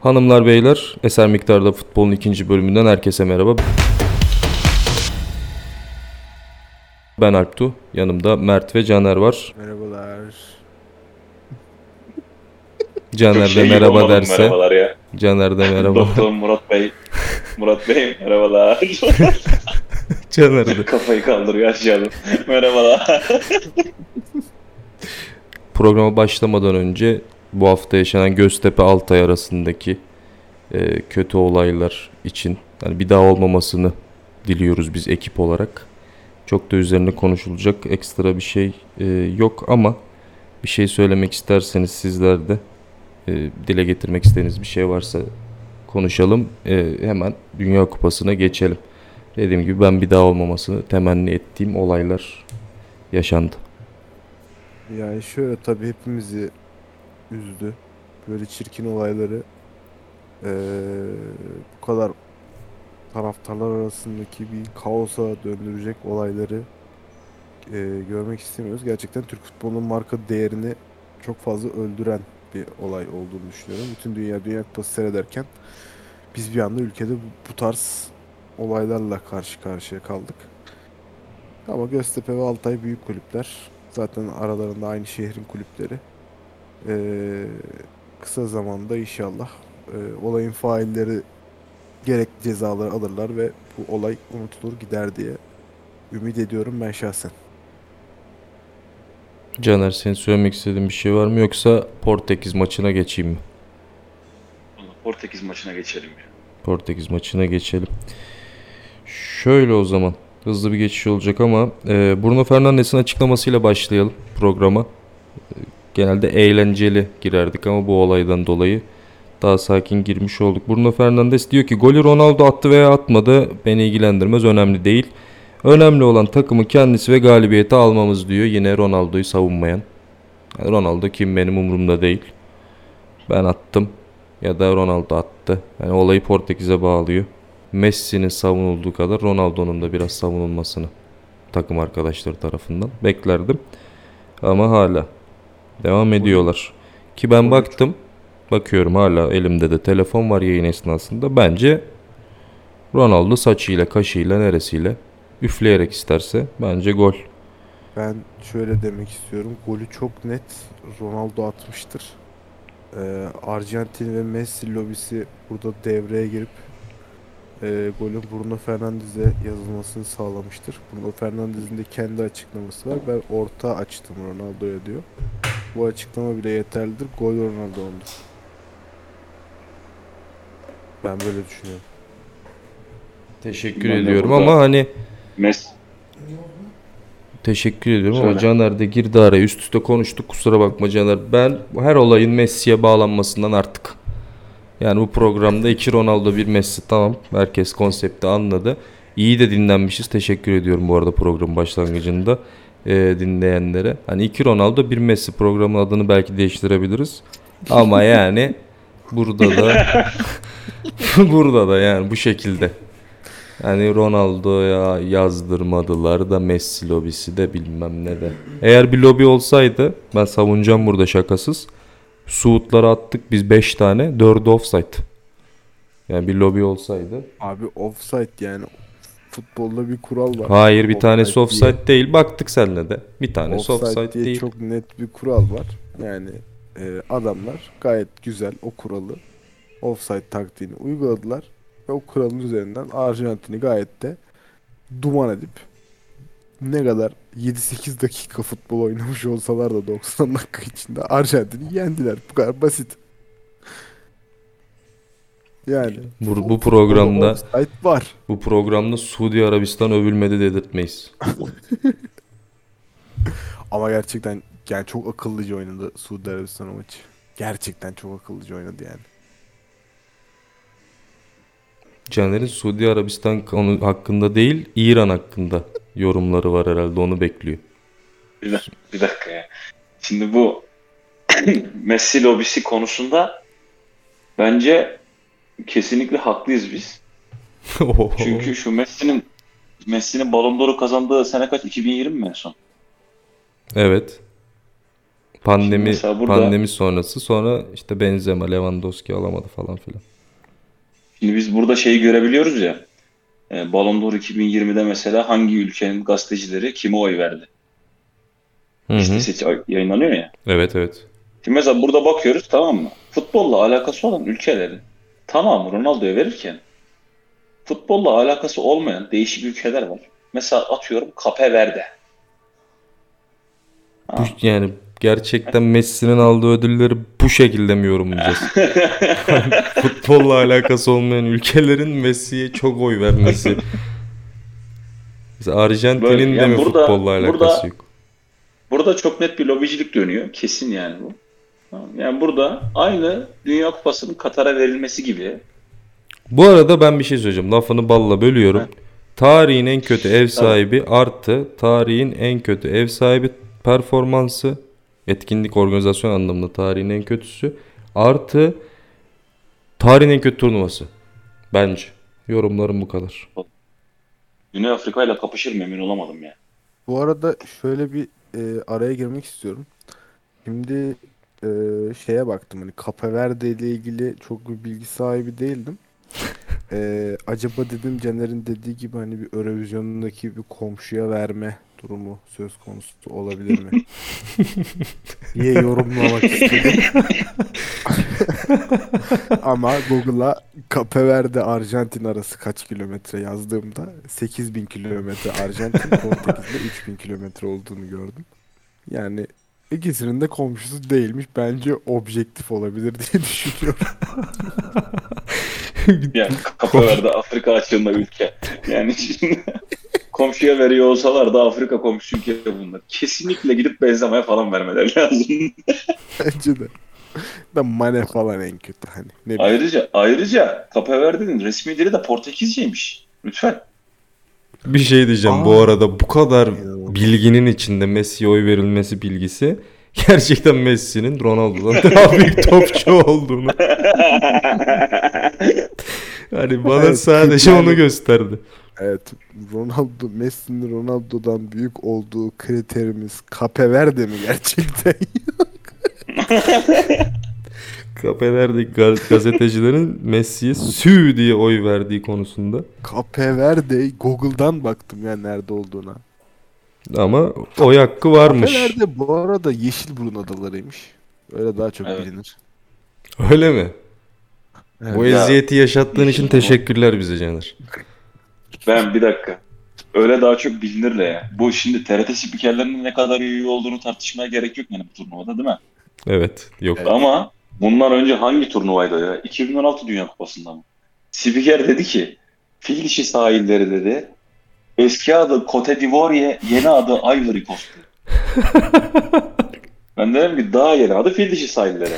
Hanımlar beyler, Eser Miktar'da futbolun ikinci bölümünden herkese merhaba. Ben Alptu, yanımda Mert ve Caner var. Merhabalar. Caner de Çok gibi merhaba olmadı mı derse. merhabalar ya. Caner de merhaba. Doktor Murat Bey. Murat Bey merhabalar. Caner de. Kafayı kaldırıyor aşağıda. Merhabalar. Programa başlamadan önce bu hafta yaşanan Göztepe-Altay arasındaki kötü olaylar için yani bir daha olmamasını diliyoruz biz ekip olarak. Çok da üzerine konuşulacak ekstra bir şey yok ama bir şey söylemek isterseniz sizler de dile getirmek istediğiniz bir şey varsa konuşalım. Hemen Dünya Kupası'na geçelim. Dediğim gibi ben bir daha olmamasını temenni ettiğim olaylar yaşandı. Yani şöyle tabii hepimizi üzdü. Böyle çirkin olayları eee, bu kadar taraftarlar arasındaki bir kaosa döndürecek olayları görmek istemiyoruz. Gerçekten Türk futbolunun marka değerini çok fazla öldüren bir olay olduğunu düşünüyorum. Bütün Dünya Kupası seyrederken biz bir anda ülkede bu tarz olaylarla karşı karşıya kaldık. Ama Göztepe ve Altay büyük kulüpler. Zaten aralarında aynı şehrin kulüpleri. Ee, Kısa zamanda inşallah olayın failleri gerekli cezaları alırlar ve bu olay unutulur gider diye ümit ediyorum ben şahsen. Caner, senin söylemek istediğin bir şey var mı yoksa Portekiz maçına geçeyim mi? Portekiz maçına geçelim ya. Portekiz maçına geçelim. Şöyle o zaman hızlı bir geçiş olacak ama Bruno Fernandes'in açıklamasıyla başlayalım programa. Genelde eğlenceli girerdik ama bu olaydan dolayı daha sakin girmiş olduk. Bruno Fernandes diyor ki golü Ronaldo attı veya atmadı beni ilgilendirmez, önemli değil. Önemli olan takımı kendisi ve galibiyeti almamız diyor. Yine Ronaldo'yu savunmayan. Yani Ronaldo kim benim umurumda değil. Ben attım ya da Ronaldo attı. Yani olayı Portekiz'e bağlıyor. Messi'nin savunulduğu kadar Ronaldo'nun da biraz savunulmasını takım arkadaşları tarafından beklerdim. Ama hala devam ediyorlar. Ki ben baktım, bakıyorum hala elimde de telefon var yayın esnasında. Bence Ronaldo saçıyla, kaşıyla, neresiyle üfleyerek isterse bence gol. Ben şöyle demek istiyorum. Golü çok net Ronaldo atmıştır. Arjantin ve Messi lobisi burada devreye girip golün Bruno Fernandes'e yazılmasını sağlamıştır. Bruno Fernandes'in de kendi açıklaması var. Ben orta açtım Ronaldo'ya diyor. Bu açıklama bile yeterlidir. Gol Ronaldo'nundur. Ben böyle düşünüyorum. Teşekkür Ben de ediyorum burada- ama hani Mes teşekkür ediyorum ama Söyle. Caner de girdi araya, üst üste konuştuk, kusura bakma Caner. Ben her olayın Messi'ye bağlanmasından artık. Yani bu programda 2 Ronaldo 1 Messi, tamam, herkes konsepti anladı. İyi de dinlenmişiz, teşekkür ediyorum bu arada programın başlangıcında dinleyenlere. Hani 2 Ronaldo 1 Messi programın adını belki değiştirebiliriz. Ama yani burada da burada da yani bu şekilde. Yani Ronaldo'ya yazdırmadılar da Messi lobisi de bilmem ne de. Eğer bir lobi olsaydı ben savunacağım burada şakasız. Suudları attık biz 5 tane, 4'ü offside. Yani bir lobi olsaydı. Abi offside yani futbolda bir kural var. Hayır, bir tanesi diye. offside değil. Baktık seninle de. Bir tanesi Offside offside diye değil. çok net bir kural var. Yani adamlar gayet güzel o kuralı offside taktiğini uyguladılar. Ve o kuralın üzerinden Arjantin'i gayet de duman edip ne kadar 7-8 dakika futbol oynamış olsalar da 90 dakika içinde Arjantin'i yendiler. Bu kadar basit. Yani Bu programda offside var. bu programda Suudi Arabistan övülmedi dedirtmeyiz. Ama gerçekten yani çok akıllıca oynadı Suudi Arabistan o maçı. Gerçekten çok akıllıca oynadı yani. Caner'in Suudi Arabistan konu hakkında değil, İran hakkında yorumları var herhalde, onu bekliyor. bir dakika ya. Şimdi bu Messi lobisi konusunda bence kesinlikle haklıyız biz. Çünkü şu Messi'nin Ballon d'Or'u kazandığı sene kaç? 2020 mi en son? Evet. Mesela burada Pandemi sonrası, sonra işte Benzema, Lewandowski alamadı falan filan. şimdi biz burada şeyi görebiliyoruz ya. Ballon d'Or 2020'de mesela hangi ülkenin gazetecileri kime oy verdi? Hı hı. Listesi yayınlanıyor ya. Evet, evet. Şimdi mesela burada bakıyoruz, tamam mı? Futbolla alakası olan ülkelerin tamamı Ronaldo'ya verirken futbolla alakası olmayan değişik ülkeler var. Mesela atıyorum Cape Verde. Bu Ha. yani gerçekten Messi'nin aldığı ödülleri bu şekilde mi yorumlayacağız? Futbolla alakası olmayan ülkelerin Messi'ye çok oy vermesi. Mesela Böyle Arjantin'in de mi yani futbolla alakası burada yok? burada çok net bir lobicilik dönüyor. Kesin yani bu. Tamam. Yani burada aynı Dünya Kupası'nın Katar'a verilmesi gibi. Bu arada ben bir şey söyleyeceğim. Lafını balla bölüyorum. Heh, Tarihin en kötü ev tabii. sahibi artı tarihin en kötü ev sahibi performansı, etkinlik organizasyon anlamında tarihin en kötüsü, artı tarihin en kötü turnuvası. Bence. Yorumlarım bu kadar. Güney Afrika ile kapışır mı emin olamadım ya. Bu arada şöyle bir araya girmek istiyorum. Şimdi e, şeye baktım, hani Cape Verde ile ilgili çok bir bilgi sahibi değildim. Acaba dedim Caner'in dediği gibi hani bir Eurovision'daki bir komşuya verme durumu söz konusu olabilir mi diye yorumlamak istedim. Ama Google'a Cape Verde Arjantin arası kaç kilometre yazdığımda 8.000 kilometre Arjantin, Portekiz'de 3.000 kilometre olduğunu gördüm. Yani ikisinin de komşusu değilmiş. Bence objektif olabilir diye düşünüyorum. Yani Cape Verde Afrika açığında ülke. Yani şimdi komşuya veriyor olsalar da Afrika komşu ülke bunlar. Kesinlikle gidip Benzema'ya falan vermeleri lazım. Bence de. Da Mane falan en kötü hani. Ne bileyim. Ayrıca Cape Verde'nin resmi dili de Portekizceymiş. Lütfen. Bir şey diyeceğim bu Aa, arada, bu kadar inanılmaz. bilginin içinde Messi'ye oy verilmesi bilgisi gerçekten Messi'nin Ronaldo'dan daha büyük topçu olduğunu, yani bana Evet, sadece onu yani gösterdi. evet, Messi'nin Ronaldo'dan büyük olduğu kriterimiz Cape Verde mi gerçekten? Kafelerdeki gazetecilerin Messi'ye sü diye oy verdiği konusunda. Cape Verde, Google'dan baktım ya nerede olduğuna. Ama oy hakkı Cape varmış. Verde bu arada Yeşilburun adalarıymış. Öyle daha çok Evet. bilinir. Öyle mi? Bu Evet. Ya eziyeti yaşattığın için bu teşekkürler bize Caner. ben bir dakika. Öyle daha çok bilinirle ya. Bu şimdi TRT spikerlerinin ne kadar iyi olduğunu tartışmaya gerek yok yani bu turnuvada, değil mi? Evet, yok. Evet. Ama bundan önce hangi turnuvaydı o ya? 2016 Dünya Kupası'nda mı? Spiker dedi ki Fil dişi sahilleri dedi. Eski adı Cote d'Ivoire, yeni adı Ivory Coast. Ben dedim ki daha yeni adı Fil dişi sahilleri.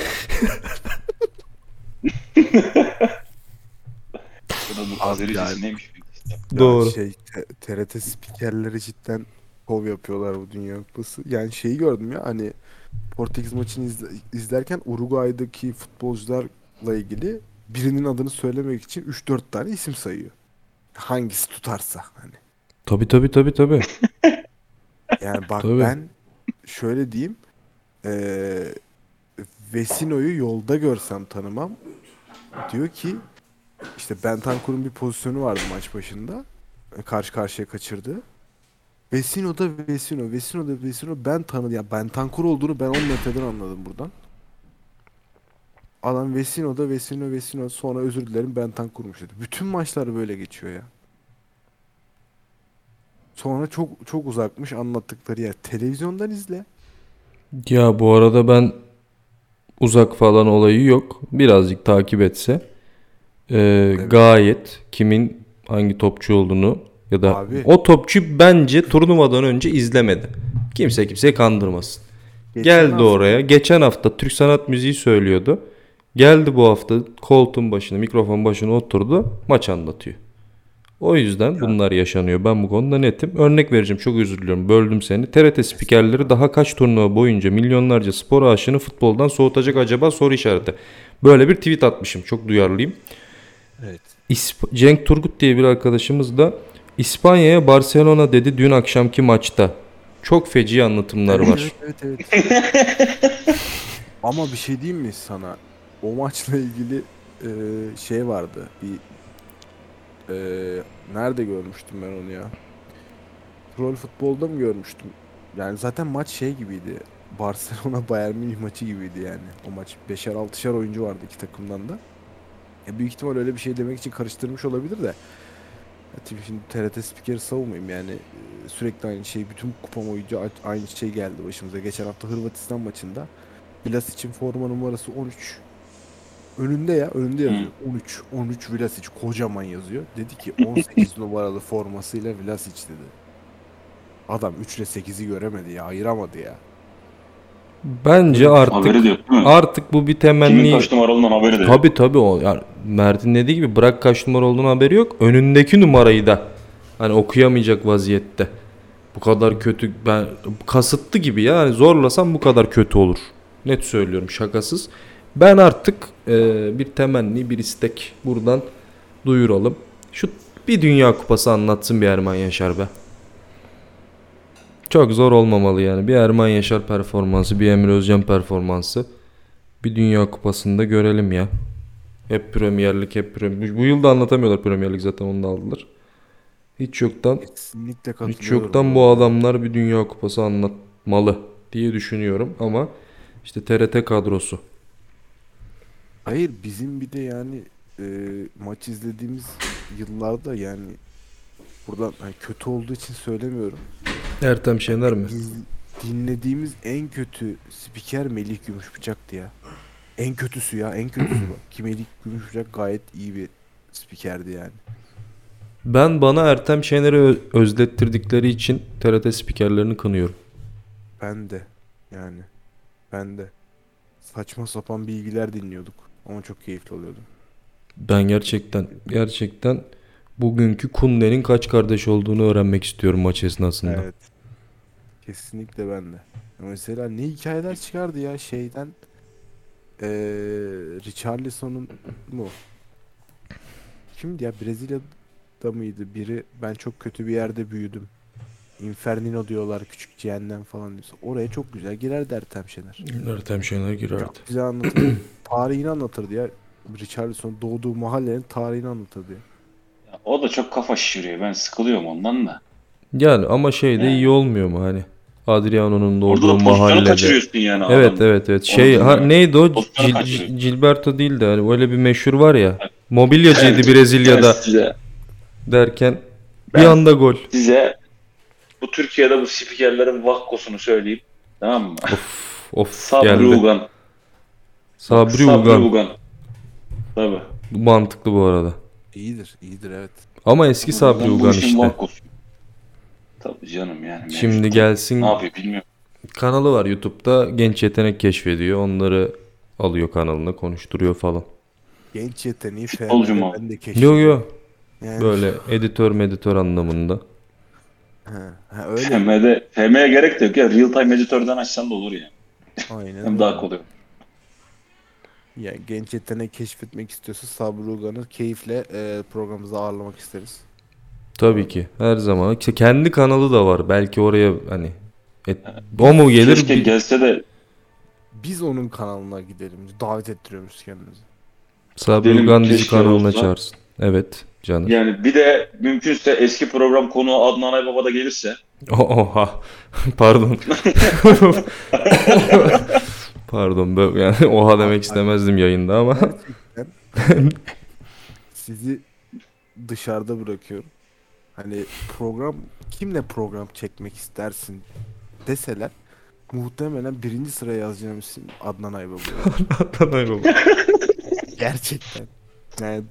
Bunun Abi Azericesi yani, neymiş? ya Doğru. TRT spikerleri cidden şov yapıyorlar bu Dünya Kupası. Yani şeyi gördüm ya, hani Portekiz maçını izlerken Uruguay'daki futbolcularla ilgili birinin adını söylemek için 3-4 tane isim sayıyor. Hangisi tutarsa hani. Tabii. Yani bak Tabii. ben şöyle diyeyim, eee Vecino'yu yolda görsem tanımam. Diyor ki işte Bentancur'un bir pozisyonu vardı maç başında. Karşı karşıya kaçırdı. Vecino ben tanıdım. Ya Bentancur olduğunu ben 10 metreden anladım buradan. Adam Vecino sonra özür dilerim Bentancur'muş dedi. Bütün maçlar böyle geçiyor ya. Sonra çok çok uzakmış anlattıkları yer. Televizyondan izle. Ya bu arada ben uzak falan olayı yok. Birazcık takip etse Evet. gayet kimin hangi topçu olduğunu ya da Abi o topçu bence turnuvadan önce izlemedi. Kimse kimseyi kandırmasın. geçen Geldi hafta oraya. Geçen hafta Türk sanat müziği söylüyordu. Geldi bu hafta koltuğun başına, mikrofon başına oturdu. Maç anlatıyor. O yüzden ya bunlar yaşanıyor. Ben bu konuda netim. Örnek vereceğim. Çok özür diliyorum. Böldüm seni. TRT spikerleri daha kaç turnuva boyunca milyonlarca spor aşığını futboldan soğutacak acaba soru işareti. Böyle bir tweet atmışım. Çok duyarlıyım. evet. Cenk Turgut diye bir arkadaşımız da İspanya'ya Barcelona dedi dün akşamki maçta. Çok feci anlatımları var. Evet. Ama bir şey diyeyim mi sana? O maçla ilgili şey vardı. Nerede görmüştüm ben onu ya? Troll futbolda mı görmüştüm? Yani zaten maç şey gibiydi. Barcelona Bayern Münih maçı gibiydi yani. O maç 5'er 6'şer oyuncu vardı iki takımdan da. Büyük ihtimal öyle bir şey demek için karıştırmış olabilir de. Ya tabii şimdi TRT spikeri savunmayayım yani. Sürekli aynı şey, bütün kupa boyunca aynı şey geldi başımıza. Geçen hafta Hırvatistan maçında Vlasic'in forma numarası 13. Önünde Hı. yazıyor. 13 Vlasic kocaman yazıyor. Dedi ki 18 numaralı formasıyla Vlasic dedi. Adam 3 ile 8'i göremedi ya, ayıramadı ya. Bence Öyle bir şey. Haberi de yok değil mi? artık bu bir Kimin temenni. kaç numara olduğundan haberi de yok. Tabii o. Yani Mert'in dediği gibi bırak kaç numara olduğunu haberi yok. Önündeki numarayı da hani okuyamayacak vaziyette. Bu kadar kötü, ben kasıtlı gibi ya. Yani zorlasam bu kadar kötü olur. Net söylüyorum, şakasız. Ben artık bir temenni, bir istek buradan duyuralım. Şu bir Dünya Kupası anlatsın bir Erman Yaşar be. Çok zor olmamalı yani. Bir Erman Yaşar performansı, bir Emre Özcan performansı. Bir Dünya Kupası'nda görelim ya. Hep Premier Lig, hep Premier Lig. Bu yıl da anlatamıyorlar Premier Lig, zaten onu da aldılar. Hiç yoktan, Kesinlikle hiç katılıyorum yoktan bu bu arada. adamlar bir Dünya Kupası anlatmalı diye düşünüyorum. Ama işte TRT kadrosu. Hayır, bizim bir de yani e, maç izlediğimiz yıllarda yani buradan hani kötü olduğu için söylemiyorum. Ertem Şener mi? Biz dinlediğimiz en kötü spiker Melih Gümüşbıçak'tı ya. En kötüsü ya, en kötüsü bak. Ki Melih Gümüşbıçak gayet iyi bir spikerdi yani. Bana Ertem Şener'i özlettirdikleri için TRT spikerlerini kınıyorum. Ben de yani ben de saçma sapan bilgiler dinliyorduk ama çok keyifli oluyordu. Ben gerçekten bugünkü Kunde'nin kaç kardeş olduğunu öğrenmek istiyorum maç esnasında. Evet, kesinlikle ben de. Mesela ne hikayeler çıkardı ya şeyden eee Richarlison'un mu? Kimdi ya, Brezilya'da mıydı biri, ben çok kötü bir yerde büyüdüm. Infernino diyorlar, küçük cehennem falan diyorsa. Oraya çok güzel girerdi Ertem Şener. Ertem Şener girerdi. Çok güzel anlatırdı. Tarihini anlatırdı ya. Richarlison doğduğu mahallenin tarihini anlatırdı ya. O da çok kafa şişiriyor. Ben sıkılıyorum ondan da. Yani ama şey de iyi Yani. olmuyor mu hani? Adriano'nun Orada doğduğu da pozisyonu mahallede. kaçırıyorsun yani Evet adam. evet evet. Onu Şey dinlemek. neydi o? Pozisyonu kaçırıyor. Gilberto değil de hani öyle bir meşhur var ya. Mobilyacıydı Ben Brezilya'da size, derken bir ben anda gol. size bu Türkiye'de bu spikerlerin vakkosunu söyleyeyim. Tamam mı? Of Sabri geldi. Ugan. Bak, Sabri Sabri Ugan. Ugan. Tabii. Bu mantıklı bu arada. İyidir evet. Ama eski Sabri Bu Ugan işin işte. vakkosu. Tabii canım yani. Şimdi Mevcut. gelsin, Ne yapıyor bilmiyorum. kanalı var YouTube'da, genç yetenek keşfediyor. Onları alıyor kanalına, konuşturuyor falan. Genç yeteneği Futbolcu mu? FM'de ben de Yo keşfediyorum. Yani böyle editör anlamında. öyle. FM'ye gerek de yok ya. Real time editörden açsan da olur yani. Aynen Hem öyle. daha kolay. Yani genç yetenek keşfetmek istiyorsa Sabri Ugan'ı keyifle programımıza ağırlamak isteriz. Tabii ki her zaman. İşte kendi kanalı da var. Belki oraya hani o mu gelir? Keşke gelse de Biz onun kanalına gidelim. Davet ettiriyoruz kendimizi. Sabri gidelim, Ugan bizi keşke kanalına olsa. çağırsın. Evet canım. Yani bir de mümkünse eski program konuğu Adnan Aybaba da gelirse. Oha. Pardon. Pardon. Yani oha demek istemezdim yayında ama. Gerçekten sizi dışarıda bırakıyorum. Hani kimle program çekmek istersin deseler muhtemelen birinci sıraya yazacağım isim Adnan Aybaba. Gerçekten. Yani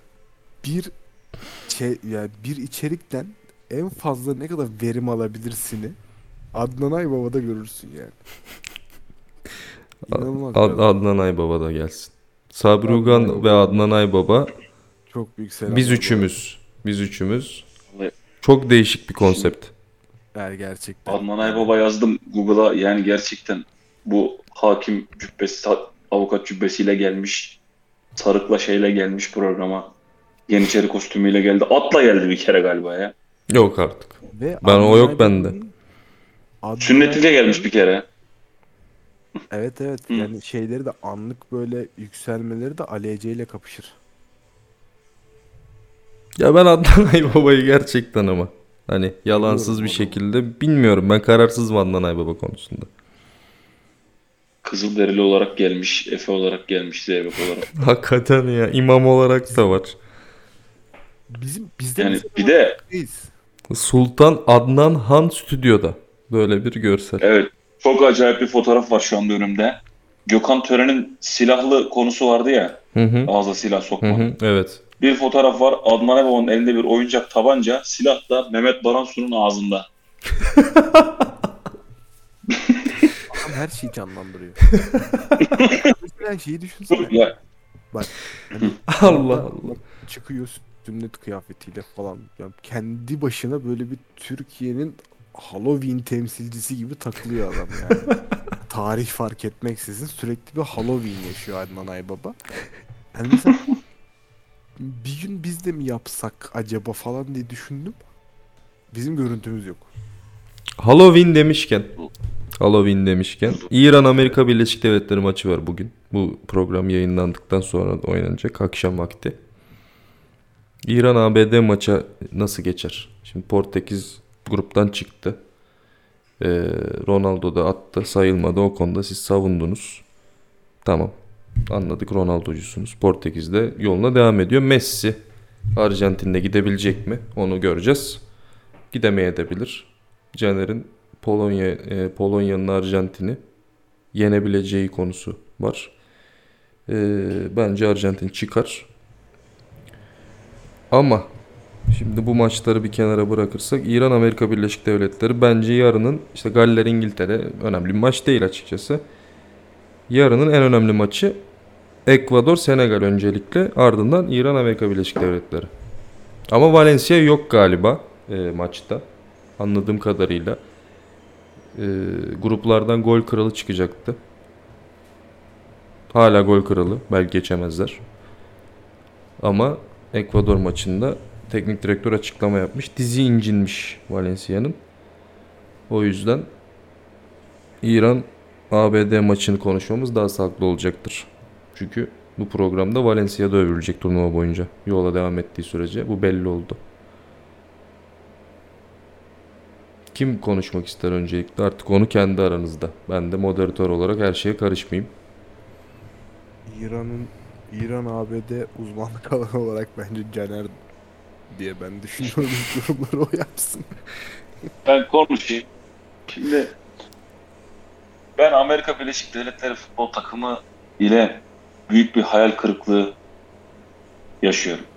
bir içerikten en fazla ne kadar verim alabilirsini Adnan Aybaba'da görürsün yani. İnanılmaz. Adnan Aybaba da gelsin. Sabri Adnan Ugan Aybaba. ve Adnan Aybaba. Çok büyük selamlar. Biz üçümüz. Çok değişik bir konsept. Gerçekten. Adnan Aybaba yazdım Google'a, yani gerçekten bu hakim cübbesi, avukat cübbesiyle gelmiş, sarıkla şeyle gelmiş programa. Yeniçeri kostümüyle geldi. Atla geldi bir kere galiba ya. Yok artık. Ve Ben o Adnan yok bende. Sünnetiyle gelmiş bir kere. Evet evet, Hı. yani şeyleri de anlık böyle yükselmeleri de Ali Ece ile kapışır. Ya ben Adnan Aybaba'yı gerçekten ama hani Bayılıyorum yalansız bir bu adama. şekilde bilmiyorum, ben kararsızım Adnan Aybaba konusunda. Kızılderili olarak gelmiş, Efe olarak gelmiş, Zeybek olarak. Hakikaten ya, imam olarak da var. Bizde Yani mesela bir bak de şeyiz. Sultan Adnan Han stüdyoda. Böyle bir görsel. evet, çok acayip bir fotoğraf var şu anda önümde. Gökhan Tören'in silahlı konusu vardı ya. Hı hı. Ağza silah Hı sokma. hı. Evet. Bir fotoğraf var. Adnan Ebaba'nın elinde bir oyuncak tabanca. Silah da Mehmet Baransu'nun ağzında. Adam her şeyi canlandırıyor. Mesela şeyi düşünsene. Ya, Bak hani Allah orada Allah. çıkıyor sünnet kıyafetiyle falan. Yani kendi başına böyle bir Türkiye'nin Halloween temsilcisi gibi takılıyor adam yani. Tarih fark etmeksizin sürekli bir Halloween yaşıyor Adnan Aybaba. Yani mesela bir gün biz de mi yapsak acaba falan diye düşündüm. Bizim görüntümüz yok. Halloween demişken. Halloween demişken. İran-Amerika Birleşik Devletleri maçı var bugün. Bu program yayınlandıktan sonra da oynanacak akşam vakti. İran-ABD maçı nasıl geçer? Şimdi Portekiz gruptan çıktı. Ee, Ronaldo da attı. Sayılmadı. O konuda siz savundunuz. Tamam. Anladık, Ronaldo'cusunuz. Portekiz'de yoluna devam ediyor. Messi Arjantin'de gidebilecek mi? Onu göreceğiz. Gidemeyebilir. Caner'in Polonya'nın Arjantin'i yenebileceği konusu var. Bence Arjantin çıkar. Ama şimdi bu maçları bir kenara bırakırsak İran Amerika Birleşik Devletleri bence yarının, işte Galler İngiltere önemli bir maç değil açıkçası. Yarının en önemli maçı Ekvador Senegal öncelikle, ardından İran Amerika Birleşik Devletleri. Ama Valencia yok galiba maçta. Anladığım kadarıyla. Gruplardan gol kralı çıkacaktı. Hala gol kralı. Belki geçemezler. Ama Ekvador maçında teknik direktör açıklama yapmış. Dizi incinmiş Valencia'nın. O yüzden İran ABD maçını konuşmamız daha sağlıklı olacaktır. Çünkü bu programda Valencia'da övülecek turnuva boyunca. Yola devam ettiği sürece bu belli oldu. Kim konuşmak ister öncelikle? Artık onu kendi aranızda. Ben de moderatör olarak her şeye karışmayayım. İran ABD uzmanlık alanı olarak bence Caner diye ben düşünüyorum. Yorumları o yapsın. ben konuşayım. Şimdi ben Amerika Birleşik Devletleri futbol takımı ile büyük bir hayal kırıklığı yaşıyorum.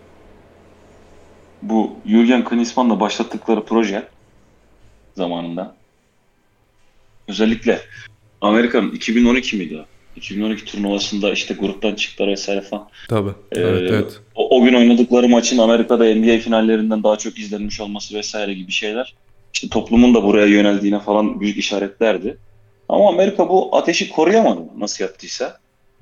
Bu Jürgen Klinsmann'la başlattıkları proje zamanında, özellikle Amerika'nın 2012 miydi o? 2012 turnuvasında işte gruptan çıktılar vesaire falan. Tabii. Evet, evet. O gün oynadıkları maçın Amerika'da NBA finallerinden daha çok izlenmiş olması vesaire gibi şeyler. İşte toplumun da buraya yöneldiğine falan büyük işaretlerdi. Ama Amerika bu ateşi koruyamadı nasıl yaptıysa.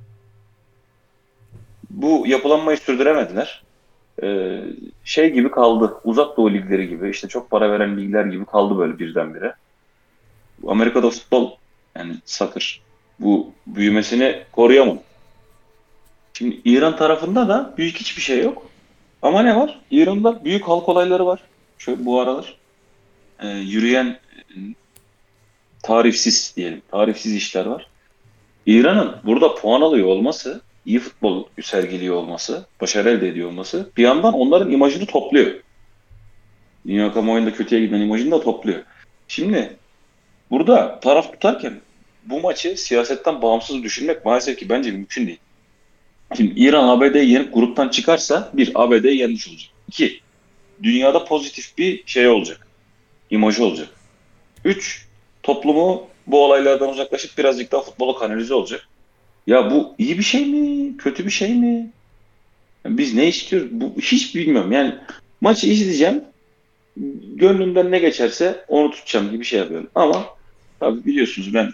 Bu yapılanmayı sürdüremediler. Ee, Şey gibi kaldı. Uzak Doğu ligleri gibi, işte çok para veren ligler gibi kaldı böyle birdenbire. Amerika'da futbol, yani soccer, bu büyümesini koruyamadı. Şimdi İran tarafında da büyük hiçbir şey yok. Ama ne var? İran'da büyük halk olayları var. Şu bu aralar. Yürüyen tarifsiz diyelim. Tarifsiz işler var. İran'ın burada puan alıyor olması, iyi futbol sergiliyor olması, başarı elde ediyor olması bir yandan onların imajını topluyor. Dünya kamuoyunda kötüye giden imajını da topluyor. Şimdi burada taraf tutarken bu maçı siyasetten bağımsız düşünmek maalesef ki bence mümkün değil. Şimdi İran ABD'yi yenip gruptan çıkarsa, bir, ABD'yi yenmiş olacak. İki, dünyada pozitif bir şey olacak. İmajı olacak. Üç, toplumu bu olaylardan uzaklaşıp birazcık daha futbola kanalize olacak. Ya bu iyi bir şey mi? Kötü bir şey mi? Yani biz ne istiyoruz? Bu hiç bilmiyorum. Yani maçı izleyeceğim. Gönlümden ne geçerse onu tutacağım gibi bir şey yapıyorum. Ama tabii biliyorsunuz ben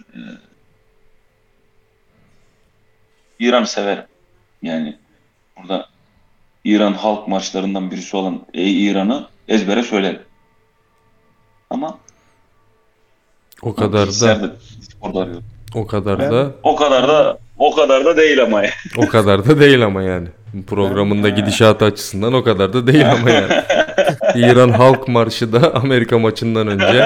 İran'ı severim. Yani burada İran halk marşlarından birisi olan Ey İran'ı ezbere söylerim. Ama O kadar da Bilgisayarda Discord arıyorum. o kadar Ben- da O kadar da değil ama ya. o kadar da değil ama yani. Programın da gidişatı açısından o kadar da değil ama yani. İran Halk Marşı da Amerika maçından önce.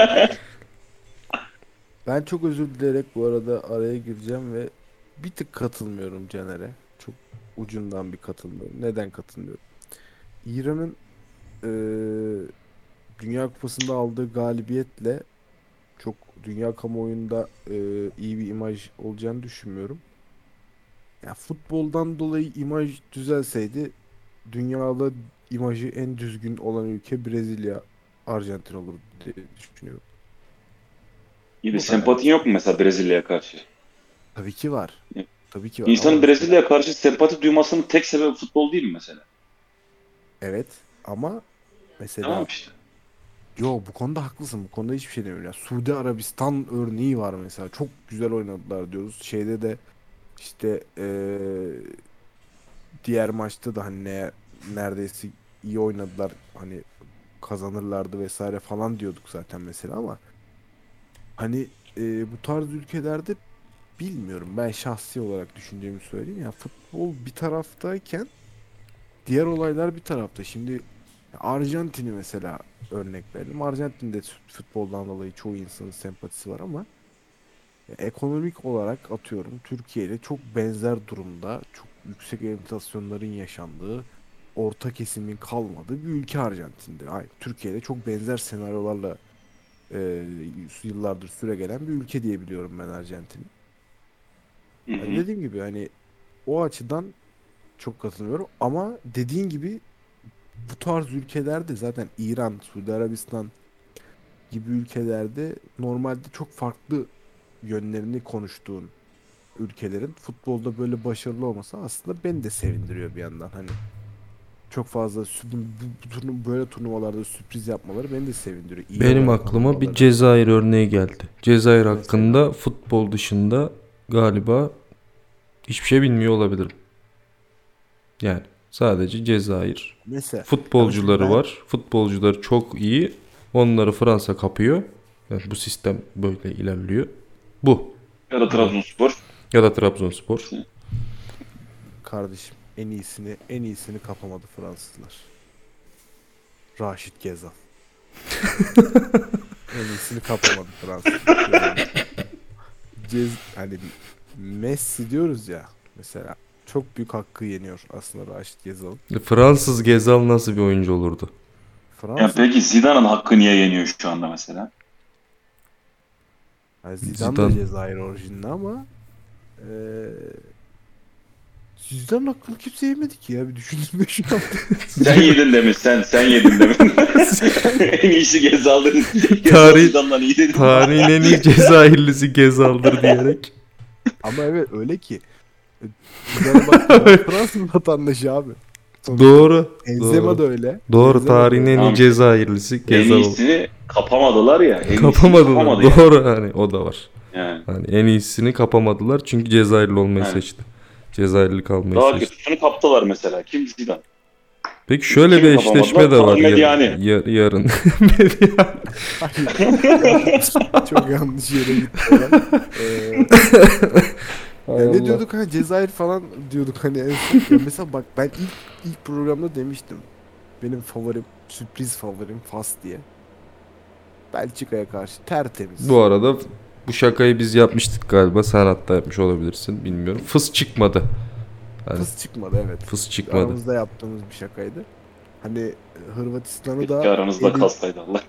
Ben çok özür dileyerek bu arada araya gireceğim ve bir tık katılmıyorum Caner'e. Çok ucundan bir katılmıyorum. Neden katılmıyorum? İran'ın Dünya Kupası'nda aldığı galibiyetle çok dünya kamuoyunda iyi bir imaj olacağını düşünmüyorum. Ya futboldan dolayı imaj düzelseydi dünyada imajı en düzgün olan ülke Brezilya, Arjantin olurdu diye düşünüyorum. Yine Bu kadar. sempatin yok mu mesela Brezilya'ya karşı? Tabii ki var. Ya. Tabii ki var. İnsanın Ama Brezilya'ya karşı sempati duymasının tek sebebi futbol değil mi mesela? evet ama mesela Tamam işte. yo bu konuda haklısın. Bu konuda hiçbir şey demiyorum. Ya, Suudi Arabistan örneği var mesela. Çok güzel oynadılar diyoruz. Şeyde de işte diğer maçta da hani neredeyse iyi oynadılar. Hani kazanırlardı vesaire falan diyorduk zaten mesela ama hani bu tarz ülkelerde bilmiyorum. Ben şahsi olarak düşüncemi söyleyeyim. Ya futbol bir taraftayken diğer olaylar bir tarafta. Şimdi Arjantin'i mesela örnek verelim. Arjantin'de futboldan dolayı çoğu insanın sempatisi var ama ekonomik olarak atıyorum Türkiye ile çok benzer durumda, çok yüksek enflasyonların yaşandığı, orta kesimin kalmadığı bir ülke Arjantin'de. Aynı Türkiye ile çok benzer senaryolarla yıllardır süregelen bir ülke diye biliyorum ben Arjantin'i. Hı Yani hı. dediğim gibi hani o açıdan çok katılıyorum ama dediğin gibi bu tarz ülkelerde zaten İran, Suudi Arabistan gibi ülkelerde normalde çok farklı yönlerini konuştuğun ülkelerin futbolda böyle başarılı olması aslında beni de sevindiriyor bir yandan. Hani çok fazla böyle turnuvalarda sürpriz yapmaları beni de sevindiriyor. İyi Benim olarak aklıma bir anlamaları. Cezayir örneği geldi. Cezayir Mesela. hakkında futbol dışında galiba hiçbir şey bilmiyor olabilirim. Yani sadece Cezayir. Mesela Futbolcuları ama şimdi var. Futbolcuları çok iyi. Onları Fransa kapıyor. Yani bu sistem böyle ilerliyor. Bu. Ya da Trabzonspor. Ya da Trabzonspor. kardeşim en iyisini kapamadı Fransızlar. Raşit Gezal. En iyisini kapamadı Fransızlar. Yani hani Messi diyoruz ya mesela çok büyük hakkı yeniyor aslında Raşit Gezal'ın. Fransız Gezal nasıl bir oyuncu olurdu? Ya Fransız peki Zidane'ın hakkı niye yeniyor şu anda mesela? yani Zidane da Zidane. Cezayir orijinli ama eee Zidane'ın hakkını kimse yemedi ki ya bir düşündüm şu an. Sen yedin demin, sen yedin demin. En iyisi Gezal'dır. Gezal Tarih- Zidane'dan iyi dedin. Tarihin en iyi Cezayirlisi Gezal'dır diyerek. Ama evet öyle ki Zidane'a baktığında Fransız vatandaşı abi. Sonuçta Doğru. Benzema Doğru. da öyle. Doğru. Benzema da Tarihin öyle. en iyi Tamam. Cezayirlisi En Gezal oldu. iyisini kapamadılar ya. En iyisini Kapamadılar. kapamadı ya. Doğru hani o da var. Yani. Hani en iyisini kapamadılar çünkü Cezayirli olmayı Yani. seçti. Cezayirli kalmayı Daha seçti. kötüsünü kaptılar mesela. Kim Zidane? Peki şöyle bir Kimi eşleşme de kapamadılar? var Medyani. yarın. Çok yanlış yere gitti. olay. Ya ne diyorduk hani Cezayir falan diyorduk hani en son. Ya mesela bak ben ilk programda demiştim. Benim favorim sürpriz favorim Fas diye. Belçika'ya karşı tertemiz. Bu arada bu şakayı biz yapmıştık galiba. Sen hatta yapmış olabilirsin. Bilmiyorum. Fıs çıkmadı. Yani Fıs çıkmadı evet. fıs çıkmadı. Aramızda yaptığımız bir şakaydı. Hani Hırvatistan'ı Keşke da aranızda kalsaydı Allah.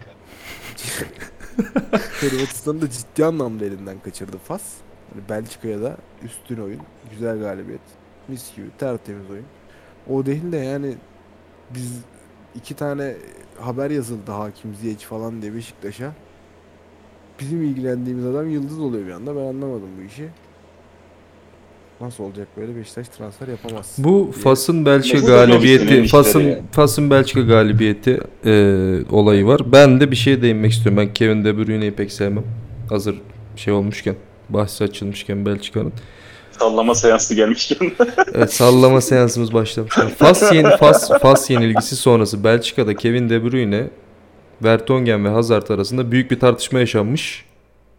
Hırvatistan'ı da ciddi anlamda elinden kaçırdı Fas. Hani Belçika'ya da üstün oyun, güzel galibiyet, mis gibi tertemiz oyun. O değil de yani biz iki tane haber yazıldı Hakim Ziyech falan diye Beşiktaş'a. Bizim ilgilendiğimiz adam yıldız oluyor bir anda. Ben anlamadım bu işi. Nasıl olacak böyle Beşiktaş transfer yapamaz. Bu diye. Fas'ın Belçika Bu da galibiyeti, lobisinin işleri Fas'ın yani. Fas'ın Belçika galibiyeti olayı var. Ben de bir şeye değinmek istiyorum. Ben Kevin De Bruyne'yi pek sevmem. Hazır şey olmuşken, bahsi açılmışken Belçika'nın. Sallama seansı gelmişken. Evet, sallama seansımız başlamışken. Fas yenilgisi sonrası Belçika'da Kevin De Bruyne, Vertonghen ve Hazard arasında büyük bir tartışma yaşanmış.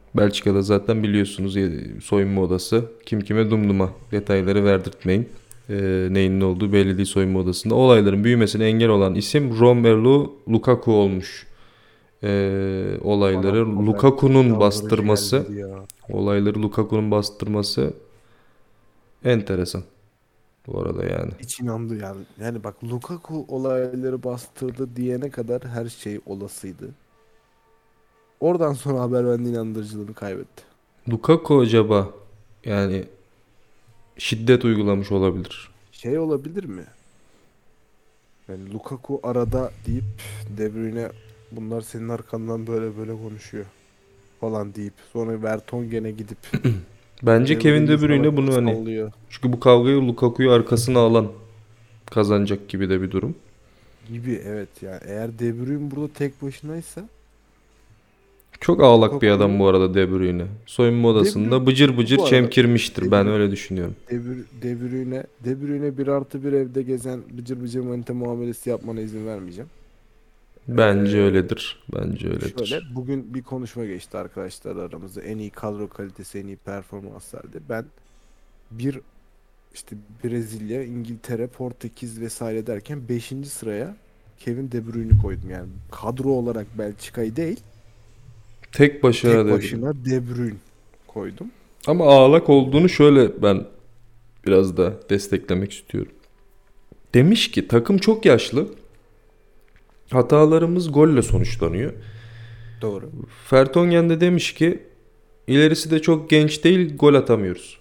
Belçika'da zaten biliyorsunuz soyunma odası. Kim kime dumduma. Detayları verdirtmeyin. Neyin ne olduğu belli değil soyunma odasında. Olayların büyümesine engel olan isim Romelu Lukaku olmuş. Olayları Bana haber Lukaku'nun inandırıcı bastırması. gelmedi ya. Olayları Lukaku'nun bastırması enteresan. Bu arada yani. Hiç inandı yani. Yani bak, Lukaku olayları bastırdı diyene kadar her şey olasıydı. Oradan sonra haber bende inandırıcılığını kaybetti. Lukaku acaba yani şiddet uygulamış olabilir. Şey olabilir mi? Yani Lukaku arada deyip De Bruyne bunlar senin arkandan böyle böyle konuşuyor falan deyip sonra Vertonghen'e gidip Bence Kevin De Emre'yi Bruyne salak bunu hani sallıyor çünkü bu kavgayı Lukaku'yu arkasına alan kazanacak gibi de bir durum. gibi, evet yani eğer De Bruyne burada tek başınaysa Çok ağlak bir adam Lukaku'yu bu arada De Bruyne. Soyunma De odasında Bruyne bıcır bıcır bu arada çemkirmiştir. De Ben Bruyne öyle düşünüyorum. De Bruyne 1+1 evde gezen bıcır bıcır manita muamelesi yapmana izin vermeyeceğim. Bence Ee, öyledir. Bence Şöyle, öyledir. bugün bir konuşma geçti arkadaşlar aramızda, en iyi kadro kalitesi, en iyi performanslar diye. Ben bir işte Brezilya, İngiltere, Portekiz vesaire derken beşinci sıraya Kevin De Bruyne'i koydum. Yani kadro olarak Belçika'yı değil, Tek başına tek De Bruyne. başına De Bruyne koydum. Ama ağlak olduğunu şöyle ben biraz da desteklemek istiyorum. Demiş ki takım çok yaşlı. Hatalarımız golle sonuçlanıyor. Doğru. Vertonghen de demiş ki ilerisi de çok genç değil, gol atamıyoruz.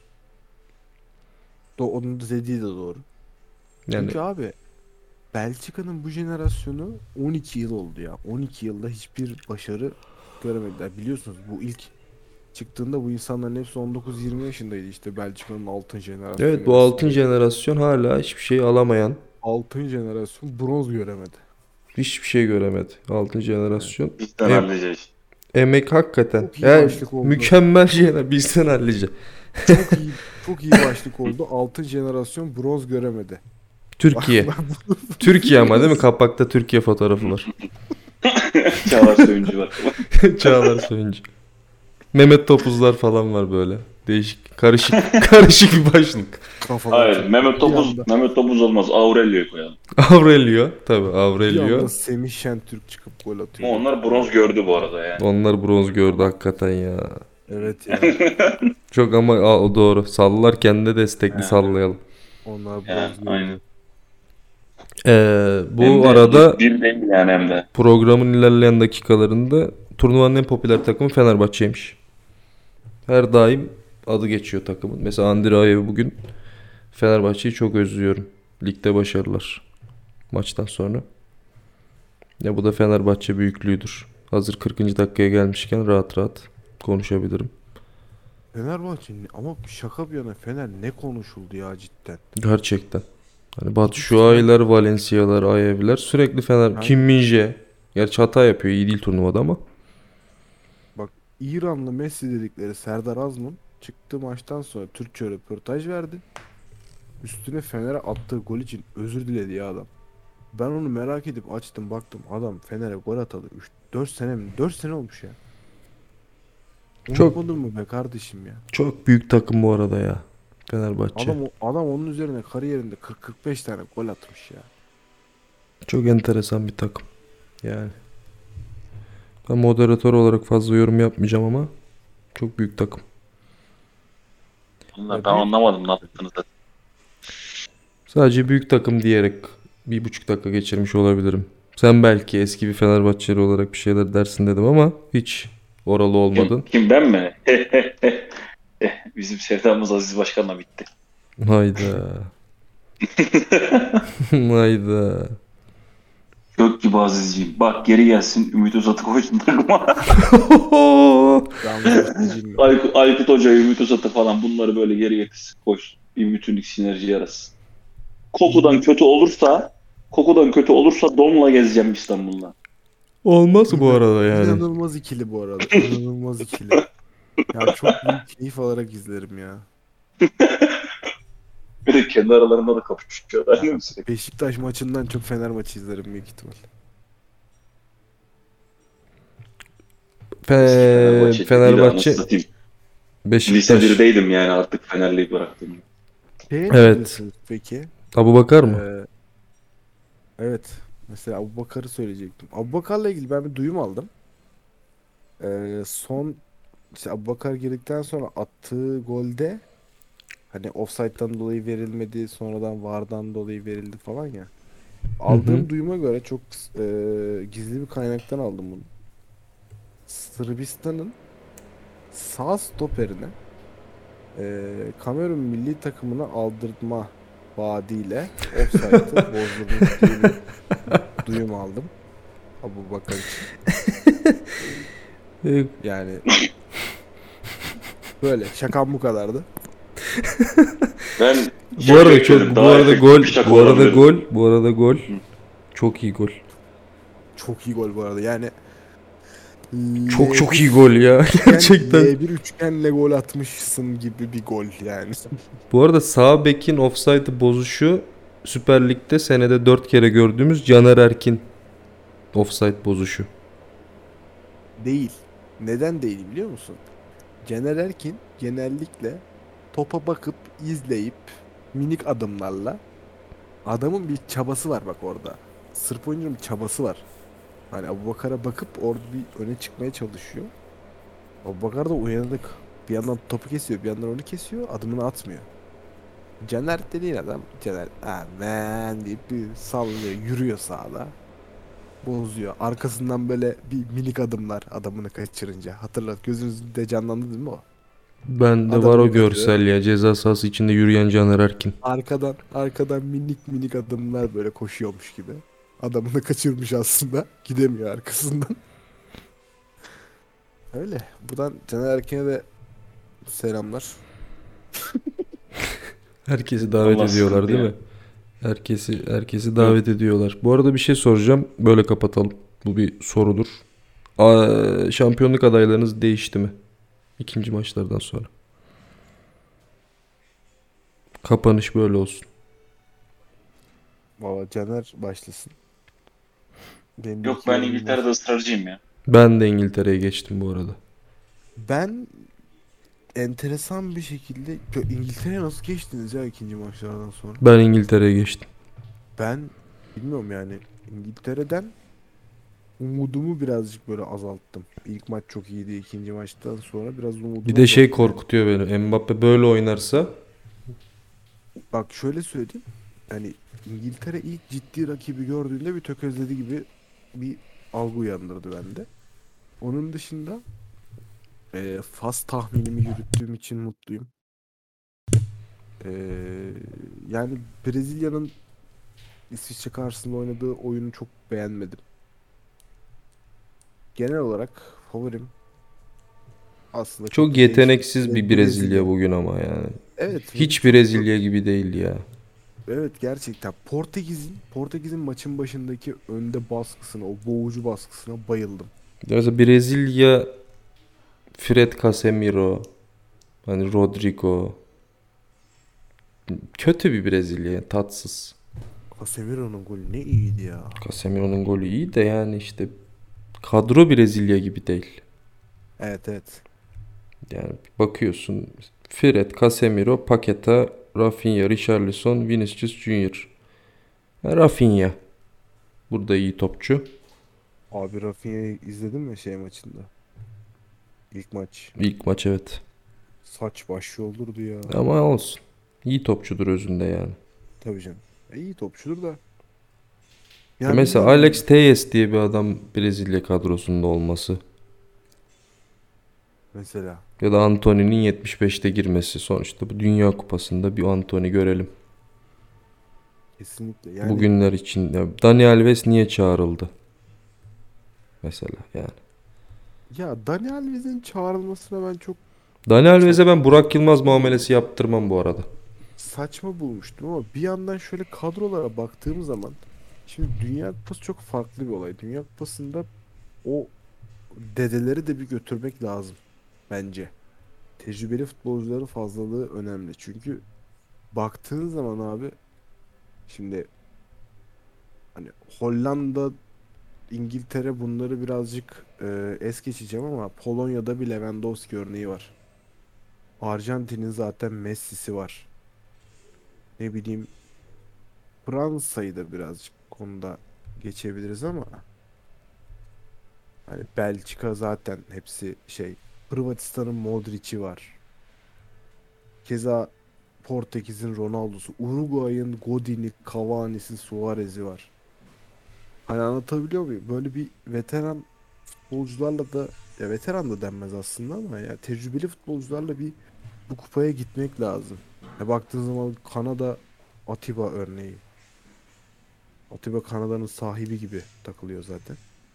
Onun da dediği de doğru. Yani Çünkü abi Belçika'nın bu jenerasyonu 12 yıl oldu ya. 12 yılda hiçbir başarı göremediler. Biliyorsunuz bu ilk çıktığında bu insanların hepsi 19-20 yaşındaydı, işte Belçika'nın altın evet, jenerasyonu bu altın vesaire. jenerasyon hala hiçbir şey alamayan, Altın jenerasyon bronz göremedi. hiçbir şey göremedi. Altın Evet. jenerasyon. Bizden Em- halledeceğiz. Emek hakikaten. Çok iyi Yani başlık oldu. mükemmel şeyler bizden hallice. Çok iyi başlık oldu. Altın jenerasyon bronz göremedi. Bak Türkiye. ben bunu Türkiye ama değil mi? Kapakta Türkiye fotoğrafı var. Çağlar Söyüncü var. Çağlar Soyuncu. Mehmet Topuzlar falan var böyle. Değişik, karışık, karışık bir başlık. kafama Hayır, çok Mehmet bir Topuz, anda, Mehmet Topuz olmaz. Aurelio'yu koyalım. Aurelio. Tabii bir Aurelio. anda Semih Şentürk çıkıp gol atıyor. Ama onlar bronz gördü bu arada yani. Onlar bronz gördü hakikaten ya. Evet ya. Çok ama o doğru. Sallarken de destekli sallayalım. Onlar Yani, bronz aynen. gördü. Hem Bu de arada bir değil yani hem de. programın ilerleyen dakikalarında turnuvanın en popüler takımı Fenerbahçe'ymiş. Her daim adı geçiyor takımın. Mesela Andriayev bugün Fenerbahçe'yi çok özlüyorum. Ligde başarılar maçtan sonra. Ya bu da Fenerbahçe büyüklüğüdür. Hazır 40. dakikaya gelmişken rahat rahat konuşabilirim. Fenerbahçe'nin ama şaka bir yana Fener ne konuşuldu ya cidden. Gerçekten. Hani Gidip Fener, Batshuayi'ler, Valencia'lar, Ayev'ler sürekli Fener. Kim yani Min-jae. Gerçi hata yapıyor. İyi değil turnuvada ama. bak, İranlı Messi dedikleri Serdar Azmun çıktığı maçtan sonra Türkçe röportaj verdi. Üstüne Fener'e attığı gol için özür diledi ya adam. Ben onu merak edip açtım baktım, adam Fener'e gol atalı 4 sene mi? 4 sene olmuş ya. Çok Unutmadın mı be kardeşim ya? çok büyük takım bu arada ya. Fenerbahçe. Adam onun üzerine kariyerinde 40-45 tane gol atmış ya. Çok enteresan bir takım. Yani. Ben moderatör olarak fazla yorum yapmayacağım ama çok büyük takım. Onlar, Ya ben büyük anlamadım ne yaptığınızı da. Sadece büyük takım diyerek 1,5 dakika geçirmiş olabilirim. Sen belki eski bir Fenerbahçeli olarak bir şeyler dersin dedim ama hiç oralı olmadın. Kim ben mi? Bizim sevdamız Aziz Başkan'la bitti. Hayda. Hayda. Gök gibi Azizciğim. Bak geri gelsin Ümit Özat'ı koysun takıma. ben bunu bilmiyorum. Aykut Hoca, Ümit Özat'ı falan bunları böyle geri getirsin. Koysun. Bir bütünlük sinerji yarasın. Kokudan kötü olursa donla gezeceğim İstanbul'da. Olmaz bu arada yani. İnanılmaz ikili bu arada. İnanılmaz ikili. Ya çok büyük keyif alarak izlerim ya. Bir de kendi aralarında da kapışıyorlar. Ya Değil mi sürekli? Beşiktaş maçından çok Fener maçı izlerim büyük ihtimal. Eski Fenerbahçeliydi değil de anasını Fenerbahçe, satayım. Lise Beşiktaş. 1'deydim yani artık Fenerli'yi bıraktım. Şeye ne Evet. diyorsunuz peki? Abubakar mı? Ee, evet. Mesela Abubakar'ı söyleyecektim. Abubakar'la ilgili ben bir duyum aldım. Son işte Abubakar girdikten sonra attığı golde hani offside'dan dolayı verilmedi, sonradan VAR'dan dolayı verildi falan ya. Hı hı. Aldığım duyuma göre çok gizli bir kaynaktan aldım bunu. Sırbistan'ın sağ stoperine Kamerun milli takımına aldırtma vaadiyle offside'ı bozdurmuş diye bir duyum aldım Abubakar için. Ee, Yani böyle şakam bu kadardı. Ben Bu şey arada çok bekledim. bu Daha arada efektif gol bir şaka bu arada olabilir. gol bu arada gol Hı. çok iyi gol. Çok iyi gol bu arada. Yani Çok çok L1 iyi gol ya üçgen gerçekten. L1 üçgenle gol atmışsın gibi bir gol yani. Bu arada sağ bekin ofsaytı bozuşu Süper Lig'de senede 4 kere gördüğümüz Caner Erkin ofsayt bozuşu. Değil. Neden değil biliyor musun? Caner Erkin genellikle topa bakıp izleyip minik adımlarla adamın bir çabası var bak orada. Sırp oyuncunun bir çabası var. Hani Abubakar'a bakıp orada bir öne çıkmaya çalışıyor. Abubakar da uyanık. Bir yandan topu kesiyor, bir yandan onu kesiyor, adımını atmıyor. Caner dediğin adam, Caner aman deyip bir sallıyor, yürüyor sağda. Bozuyor. Arkasından böyle bir minik adımlar adamını kaçırınca. Hatırlat, gözünüzde canlandı değil mi o? Bende var Adamı o görüyor. görsel ya, ceza sahası içinde yürüyen Caner Erkin. Arkadan minik minik adımlar böyle koşuyormuş gibi. Adamını kaçırmış aslında. Gidemiyor arkasından. Öyle. Buradan Caner Erkin'e de selamlar. Herkesi davet Allah ediyorlar sıkıntı değil ya. mi? Herkesi Yok. davet ediyorlar. Bu arada bir şey soracağım. Böyle kapatalım. Bu bir sorudur. Şampiyonluk adaylarınız değişti mi? İkinci maçlardan sonra. Kapanış böyle olsun. Valla Caner başlasın. Benim bir Yok iki ben yorumum var. İngiltere'de ısrarcıyım ya. Ben de İngiltere'ye geçtim bu arada. Ben enteresan bir şekilde İngiltere'ye nasıl geçtiniz ya ikinci maçlardan sonra? Ben İngiltere'ye geçtim. Ben bilmiyorum yani İngiltere'den umudumu birazcık böyle azalttım. İlk maç çok iyiydi. İkinci maçtan sonra biraz Bir umudumu de şey azalttım yani. korkutuyor beni. Mbappe böyle oynarsa Bak şöyle söyleyeyim. Yani İngiltere ilk ciddi rakibi gördüğünde bir tökezledi gibi bir algı uyandırdı bende. Onun dışında Fas tahminimi yürüttüğüm için mutluyum. E, yani Brezilya'nın İsviçre karşısında oynadığı oyunu çok beğenmedim. Genel olarak favorim aslında çok çok da yeteneksiz değişmese bir de Brezilya Brezilya. bugün ama yani. Evet ve Hiç çok Brezilya gibi değil ya. evet gerçekten Portekiz'in maçın başındaki önde baskısına, o boğucu baskısına bayıldım. Mesela Brezilya, Fred Casemiro, hani Rodrigo, kötü bir Brezilya, yani tatsız. Casemiro'nun golü ne iyiydi ya. Casemiro'nun golü iyi de yani işte kadro Brezilya gibi değil. Evet evet. Yani bakıyorsun Fred, Casemiro, Paqueta, Rafinha, Richarlison, Vinicius Junior. Rafinha burada iyi topçu. Abi Rafinha'yı izledin mi şey maçında? İlk maç. İlk maç evet. Saç baş yoldurdu ya. Ama olsun. İyi topçudur özünde yani. Tabii canım. İyi topçudur da. Ya Ya mesela bilmiyorum Alex Telles diye bir adam Brezilya kadrosunda olması. mesela. Ya da Antony'nin 75'te girmesi. Sonuçta bu Dünya Kupası'nda bir Antony görelim. Kesinlikle. Yani Bugünler için. Ya Dani Alves niye çağrıldı? Mesela yani. ya Dani Alves'in çağrılmasına ben çok Dani Alves'e ben saçma Burak Yılmaz muamelesi bulmuştum. yaptırmam bu arada. Saçma bulmuştum ama bir yandan şöyle kadrolara baktığım zaman şimdi Dünya Kupası çok farklı bir olay. Dünya Kupası'nda o dedeleri de bir götürmek lazım bence. Tecrübeli futbolcuların fazlalığı önemli. Çünkü baktığın zaman abi şimdi hani Hollanda İngiltere bunları birazcık es geçeceğim ama Polonya'da bir Lewandowski örneği var. Arjantin'in zaten Messi'si var. Ne bileyim Fransa'yı da birazcık konuda geçebiliriz ama hani Belçika zaten hepsi şey. Hırvatistan'ın Modric'i var. Keza Portekiz'in Ronaldo'su, Uruguay'ın Godin'i, Cavani'si, Suarez'i var. Hani anlatabiliyor muyum? Böyle bir veteran futbolcularla da ya veteran da denmez aslında ama ya tecrübeli futbolcularla bir bu kupaya gitmek lazım. Baktığın zaman Kanada Atiba örneği. Atiba Kanada'nın sahibi gibi takılıyor zaten.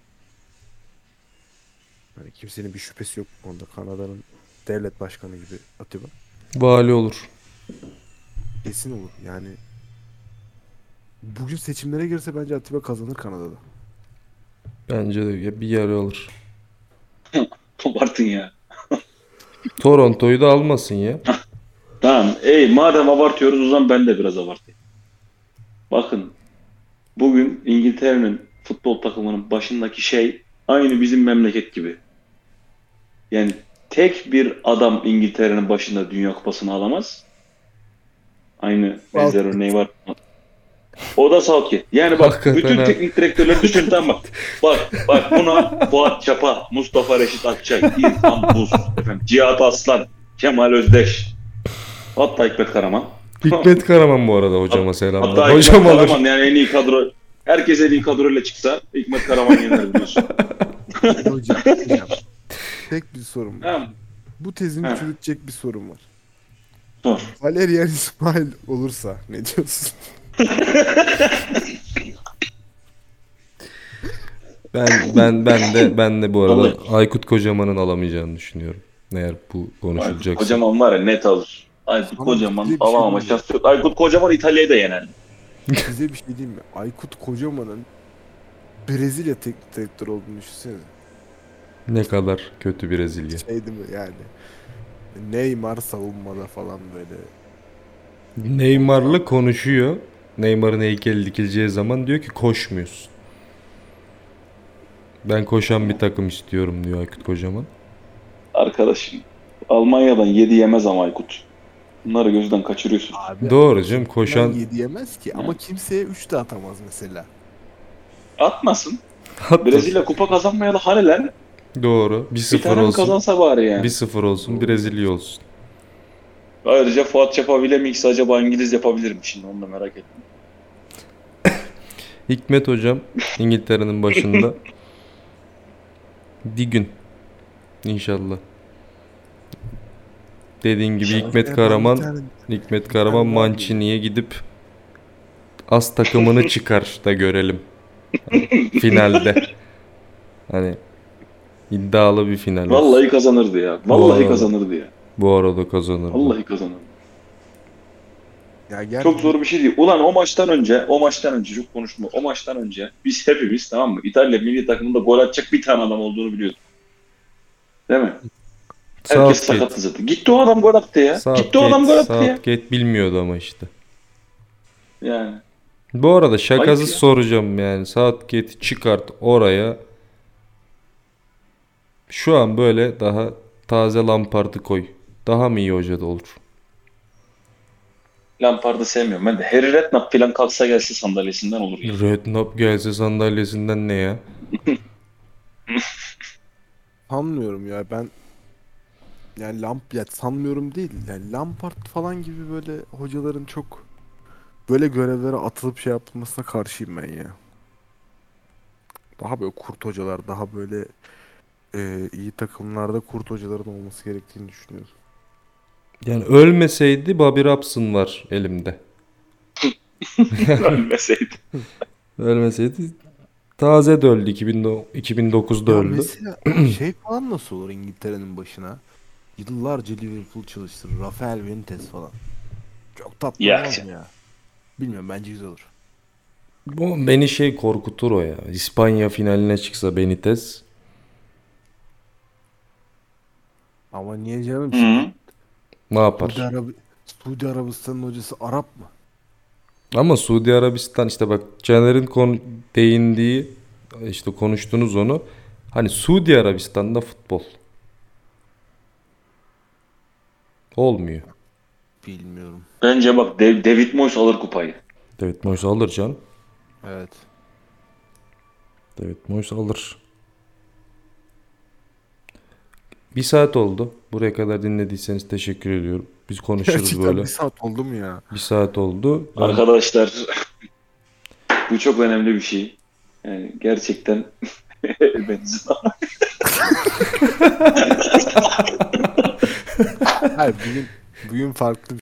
Hani kimsenin bir şüphesi yok bu konuda. Kanada'nın devlet başkanı gibi Atiba. Vali olur. Kesin olur. Yani bugün seçimlere girse bence Atiba kazanır Kanada'da. Bence de bir yarı alır. Abartın ya. Toronto'yu da almasın ya. Tamam. Madem abartıyoruz o zaman ben de biraz abartayım. Bakın bugün İngiltere'nin futbol takımının başındaki şey aynı bizim memleket gibi. Yani tek bir adam İngiltere'nin başında Dünya Kupası'nı alamaz. Aynı benzer örneği var. O da Southgate. Yani bak Hakikaten bütün ha. teknik direktörleri düşün tamam bak. Bak buna Fuat Çapa, Mustafa Reşit Akçay, İrfan Buz, efendim, Cihat Aslan, Kemal Özdeş, hatta Hikmet Karaman. Hikmet Karaman bu arada hocama selamlar. Hatta Hocam Hikmet alır. Karaman yani en iyi kadro. Herkes en iyi kadroyla çıksa Hikmet Karaman yener biliyorsun. Hocam. Tek bir sorum var. Tamam. Bu tezini Heh. çürütecek bir sorum var. Sor. Valerian İsmail olursa ne diyorsun? Ben de bu arada Vallahi. Aykut Kocaman'ın alamayacağını düşünüyorum. Eğer bu Aykut konuşulacaksa. Kocaman var ya net alır. Aykut Sana Kocaman bir şey alamama diyeyim mi? şansı yok. Aykut Kocaman İtalya'yı da yener. Size bir şey diyeyim mi? Aykut Kocaman'ın Brezilya teknik direktörü olduğunu düşünsene. Ne kadar kötü Brezilya. Şey değil mi yani? Neymar savunmada falan böyle. Neymar'la konuşuyor. Neymar'ın heykeli dikileceği zaman diyor ki koşmuyorsun. Ben koşan bir takım istiyorum diyor Aykut Kocaman. Arkadaşım Almanya'dan 7 yemez ama Aykut. Bunları gözden kaçırıyorsun. Abi Doğru canım, koşan koşan 7 yemez ki ama kimseye 3 de atamaz mesela. Atmasın. hatta Brezilya kupa kazanmayalı hani lan. doğru. Bir 1-0 tane mi olsun. kazansa bari yani. 1-0 olsun, Brezilya olsun. Ayrıca Fuat Çapa bile mix acaba İngiliz yapabilir mi şimdi onu da merak ettim. Hikmet hocam İngiltere'nin başında. Bir gün inşallah. Dediğin gibi İnşallah. Hikmet Ben Karaman bir tane- Hikmet bir Karaman tane daha Mancini'ye gidip az takımını çıkar da görelim. Hani finalde. Hani iddialı bir final olsun. Vallahi kazanırdı ya. Vallahi arada- kazanırdı ya. Bu arada kazanır. bu. Vallahi kazanırdı. Ya Çok zor bir şey değil. Ulan o maçtan önce çok konuşma. O maçtan önce biz hepimiz tamam mı? İtalya milli takımında gol atacak bir tane adam olduğunu biliyorduk. Değil mi? Herkes Southgate. sakattı zaten. Gitti o adam gol attı ya. Gitti o adam gol attı ya. Southgate bilmiyordu ama işte. Yani. Bu arada şakasız Ayıp ya. soracağım yani. Southgate'i çıkart oraya. Şu an böyle daha taze Lampard'ı koy. Daha mı iyi hoca da olur? Lampard'ı sevmiyorum. Ben de Harry Redknapp falan kalksa gelse sandalyesinden olur ya. Redknapp gelse sandalyesinden ne ya? sanmıyorum ya ben yani ya sanmıyorum değil yani Lampard falan gibi böyle hocaların çok böyle görevlere atılıp şey yapılmasına karşıyım ben ya. Daha böyle kurt hocalar daha böyle iyi takımlarda kurt hocaların olması gerektiğini düşünüyorum. Yani ölmeseydi Bobby Robson var elimde. Ölmeseydi. Ölmeseydi taze de öldü. 2009'da Ya öldü. mesela şey falan nasıl olur İngiltere'nin başına? Yıllarca Liverpool çalıştırır. Rafael Benitez falan. Çok tatlı Ya. olmaz mı ya? Bilmiyorum bence güzel olur. Bu beni korkutur o ya. İspanya finaline çıksa Benitez. Ama niye canım Hı. şimdi Ne yapar? Suudi Arabistan'ın hocası Arap mı? Ama Suudi Arabistan işte bak Caner'in değindiği işte konuştunuz onu. Hani Suudi Arabistan'da futbol olmuyor. Bilmiyorum. Bence bak David Moyes alır kupayı. David Moyes alır can. Evet. David Moyes alır. Bir saat oldu. Buraya kadar dinlediyseniz teşekkür ediyorum. Biz konuşuruz Gerçekten böyle. bir saat oldu mu ya? Bir saat oldu. Ben Arkadaşlar bu çok önemli bir şey. Yani gerçekten benzin. Hayır, bugün farklı